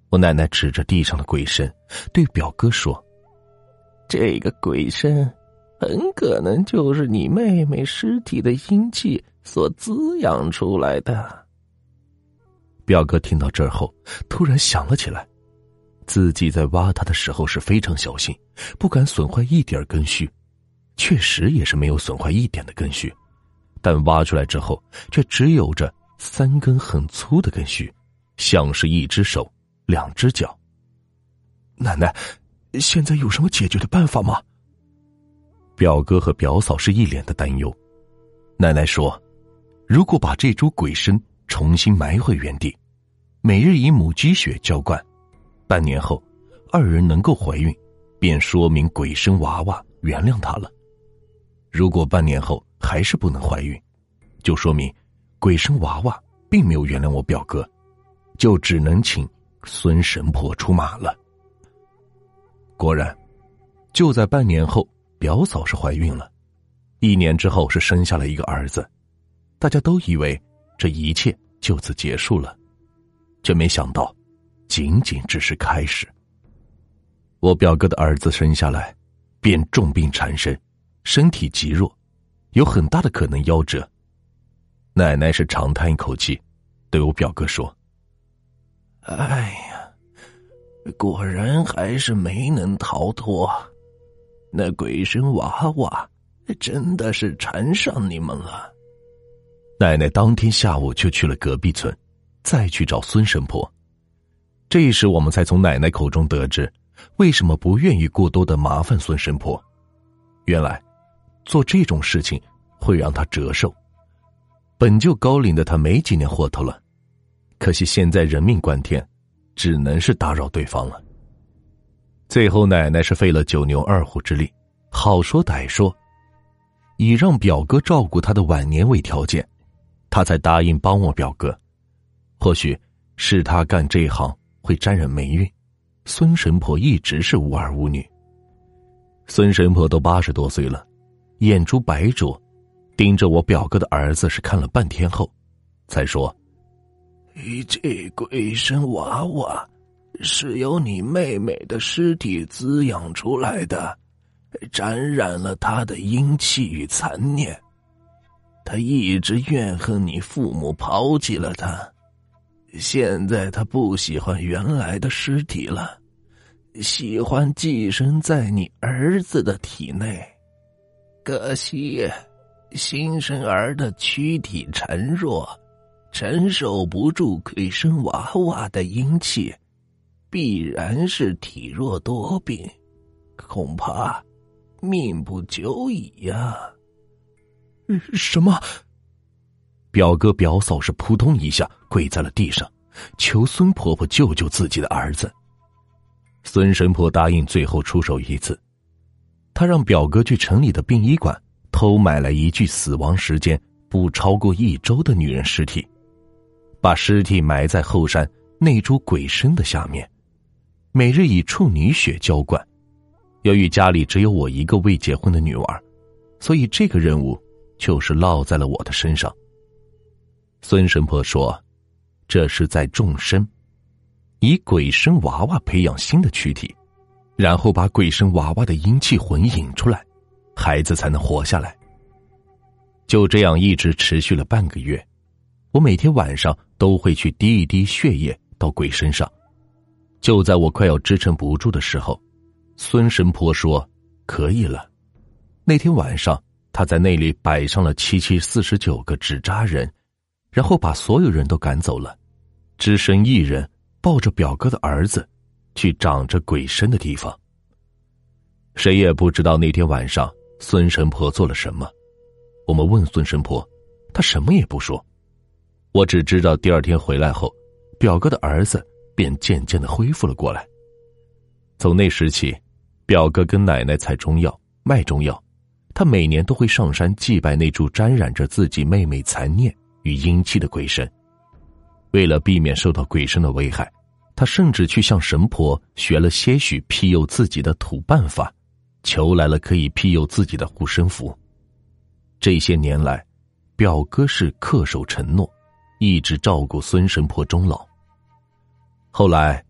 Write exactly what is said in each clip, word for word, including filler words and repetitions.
我奶奶指着地上的鬼神，对表哥说：“ 这个鬼神很可能就是你妹妹尸体的阴气所滋养出来的。” 表哥听到这儿后，突然想了起来，自己在挖它的时候是非常小心，不敢损坏一点根须，确实也是没有损坏一点的根须，但挖出来之后，却只有着三根很粗的根须，像是一只手两只脚。奶奶，现在有什么解决的办法吗？表哥和表嫂是一脸的担忧。奶奶说，如果把这株鬼参重新埋回原地，每日以母鸡血浇灌，半年后二人能够怀孕，便说明鬼参娃娃原谅她了。如果半年后还是不能怀孕，就说明鬼参娃娃并没有原谅我表哥，就只能请孙神婆出马了。果然，就在半年后，表嫂是怀孕了，一年之后是生下了一个儿子。大家都以为这一切就此结束了，却没想到仅仅只是开始。我表哥的儿子生下来便重病缠身，身体极弱，有很大的可能夭折。奶奶是长叹一口气，对我表哥说：“ 哎呀，果然还是没能逃脱，那鬼神娃娃真的是缠上你们了。” 奶奶当天下午就去了隔壁村，再去找孙神婆。这时我们才从奶奶口中得知，为什么不愿意过多的麻烦孙神婆。原来做这种事情会让她折寿，本就高龄的她没几年活头了，可惜现在人命关天，只能是打扰对方了。最后奶奶是费了九牛二虎之力，好说歹说，以让表哥照顾她的晚年为条件，她才答应帮我表哥。或许是她干这一行会沾染霉运，孙神婆一直是无儿无女。孙神婆都八十多岁了，眼珠白灼，盯着我表哥的儿子是看了半天后，才说：“ 这鬼神娃娃是由你妹妹的尸体滋养出来的，沾染了她的阴气与残念。她一直怨恨你父母抛弃了她，现在她不喜欢原来的尸体了，喜欢寄生在你儿子的体内。可惜新生儿的躯体孱弱，承受不住鬼神娃娃的阴气，必然是体弱多病，恐怕命不久矣呀。” 什么？表哥表嫂是扑通一下跪在了地上，求孙婆婆救救自己的儿子。孙神婆答应最后出手一次，她让表哥去城里的殡仪馆偷买来一具死亡时间不超过一周的女人尸体，把尸体埋在后山那株鬼参的下面，每日以处女血浇灌。由于家里只有我一个未结婚的女儿，所以这个任务就是落在了我的身上。孙神婆说，这是在种参，以鬼参娃娃培养新的躯体，然后把鬼参娃娃的阴气魂引出来，孩子才能活下来。就这样一直持续了半个月，我每天晚上都会去滴一滴血液到鬼身上。就在我快要支撑不住的时候，孙神婆说可以了。那天晚上他在那里摆上了七七四十九个纸扎人，然后把所有人都赶走了，只身一人抱着表哥的儿子去长着鬼参的地方。谁也不知道那天晚上孙神婆做了什么，我们问孙神婆，她什么也不说。我只知道第二天回来后，表哥的儿子便渐渐地恢复了过来。从那时起，表哥跟奶奶采中药卖中药，他每年都会上山祭拜那株沾染着自己妹妹残念与阴气的鬼神。为了避免受到鬼神的危害，他甚至去向神婆学了些许庇佑自己的土办法，求来了可以庇佑自己的护身符。这些年来，表哥是恪守承诺，一直照顾孙神婆终老。后来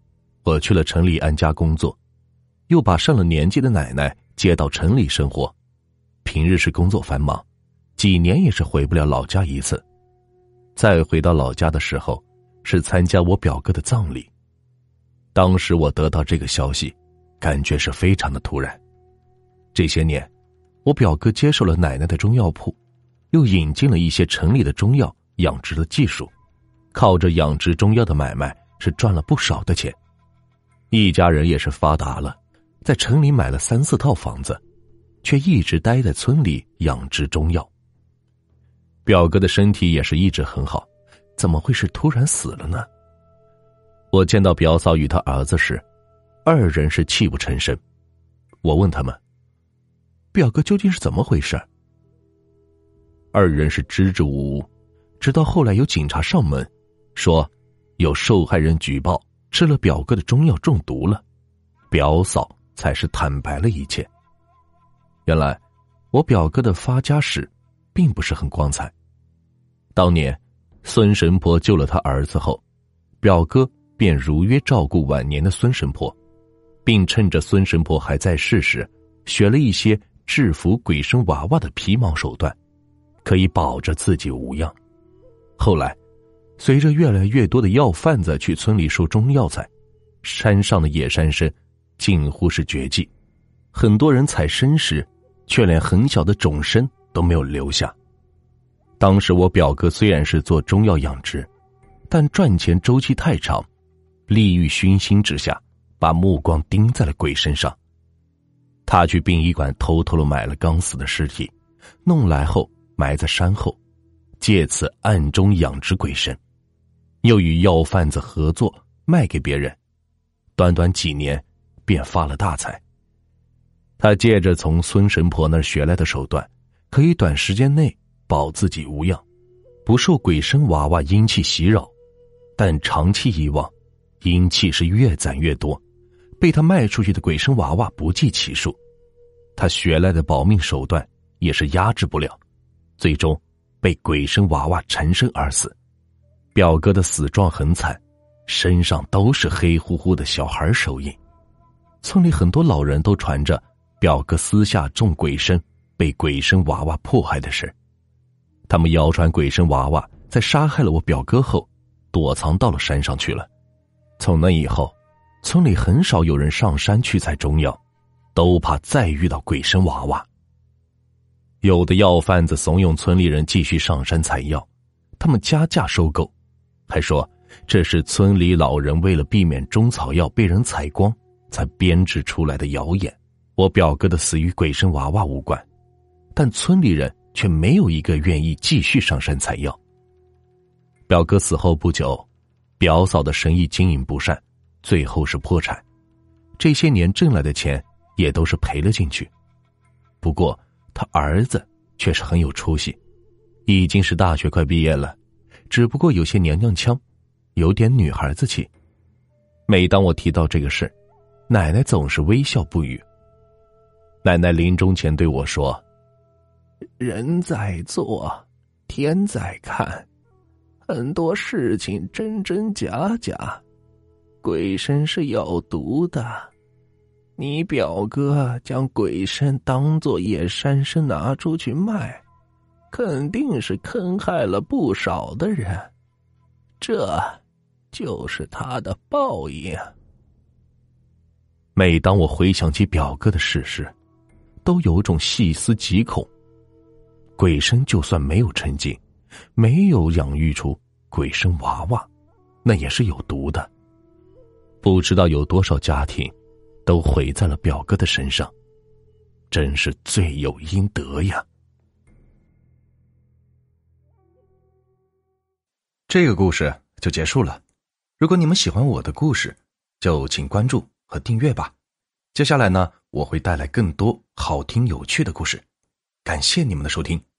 我去了城里安家工作，又把上了年纪的奶奶接到城里生活。平日是工作繁忙，几年也是回不了老家一次。再回到老家的时候，是参加我表哥的葬礼。当时我得到这个消息，感觉是非常的突然。这些年，我表哥接受了奶奶的中药铺，又引进了一些城里的中药养殖的技术，靠着养殖中药的买卖是赚了不少的钱。一家人也是发达了，在城里买了三四套房子，却一直待在村里养殖中药。表哥的身体也是一直很好，怎么会是突然死了呢？我见到表嫂与他儿子时，二人是泣不成声。我问他们，表哥究竟是怎么回事？二人是支支吾吾，直到后来有警察上门，说有受害人举报吃了表哥的中药中毒了，表嫂才是坦白了一切。原来我表哥的发家史并不是很光彩。当年孙神婆救了他儿子后，表哥便如约照顾晚年的孙神婆，并趁着孙神婆还在世时，学了一些制服鬼神娃娃的皮毛手段，可以保着自己无恙。后来随着越来越多的药贩子去村里收中药材，山上的野山参近乎是绝迹，很多人采参时却连很小的种参都没有留下。当时我表哥虽然是做中药养殖，但赚钱周期太长，利欲熏心之下，把目光盯在了鬼身上。他去殡仪馆偷偷地买了刚死的尸体，弄来后埋在山后，借此暗中养殖鬼神，又与药贩子合作卖给别人，短短几年便发了大财。他借着从孙神婆那儿学来的手段，可以短时间内保自己无恙，不受鬼神娃娃阴气袭扰，但长期以往，阴气是越攒越多，被他卖出去的鬼神娃娃不计其数。他学来的保命手段也是压制不了，最终被鬼神娃娃缠身而死。表哥的死状很惨，身上都是黑乎乎的小孩手印。村里很多老人都传着表哥私下中鬼参被鬼神娃娃迫害的事，他们谣传鬼神娃娃在杀害了我表哥后躲藏到了山上去了。从那以后，村里很少有人上山去采中药，都怕再遇到鬼神娃娃。有的药贩子怂恿村里人继续上山采药，他们加价收购，还说这是村里老人为了避免中草药被人采光才编织出来的谣言。我表哥的死与鬼神娃娃无关，但村里人却没有一个愿意继续上山采药。表哥死后不久，表嫂的生意经营不善，最后是破产，这些年挣来的钱也都是赔了进去。不过他儿子却是很有出息，已经是大学快毕业了，只不过有些娘娘腔，有点女孩子气。每当我提到这个事，奶奶总是微笑不语。奶奶临终前对我说， 人在做，天在看，很多事情真真假假，鬼参是有毒的。你表哥将鬼参当作野山参拿出去卖，肯定是坑害了不少的人，这就是他的报应。 每当我回想起表哥的事时，都有种细思极恐。鬼参就算没有成精，没有养育出鬼神娃娃，那也是有毒的。不知道有多少家庭都毁在了表哥的身上，真是罪有应得呀。这个故事就结束了。如果你们喜欢我的故事，就请关注和订阅吧。接下来呢，我会带来更多好听有趣的故事。感谢你们的收听。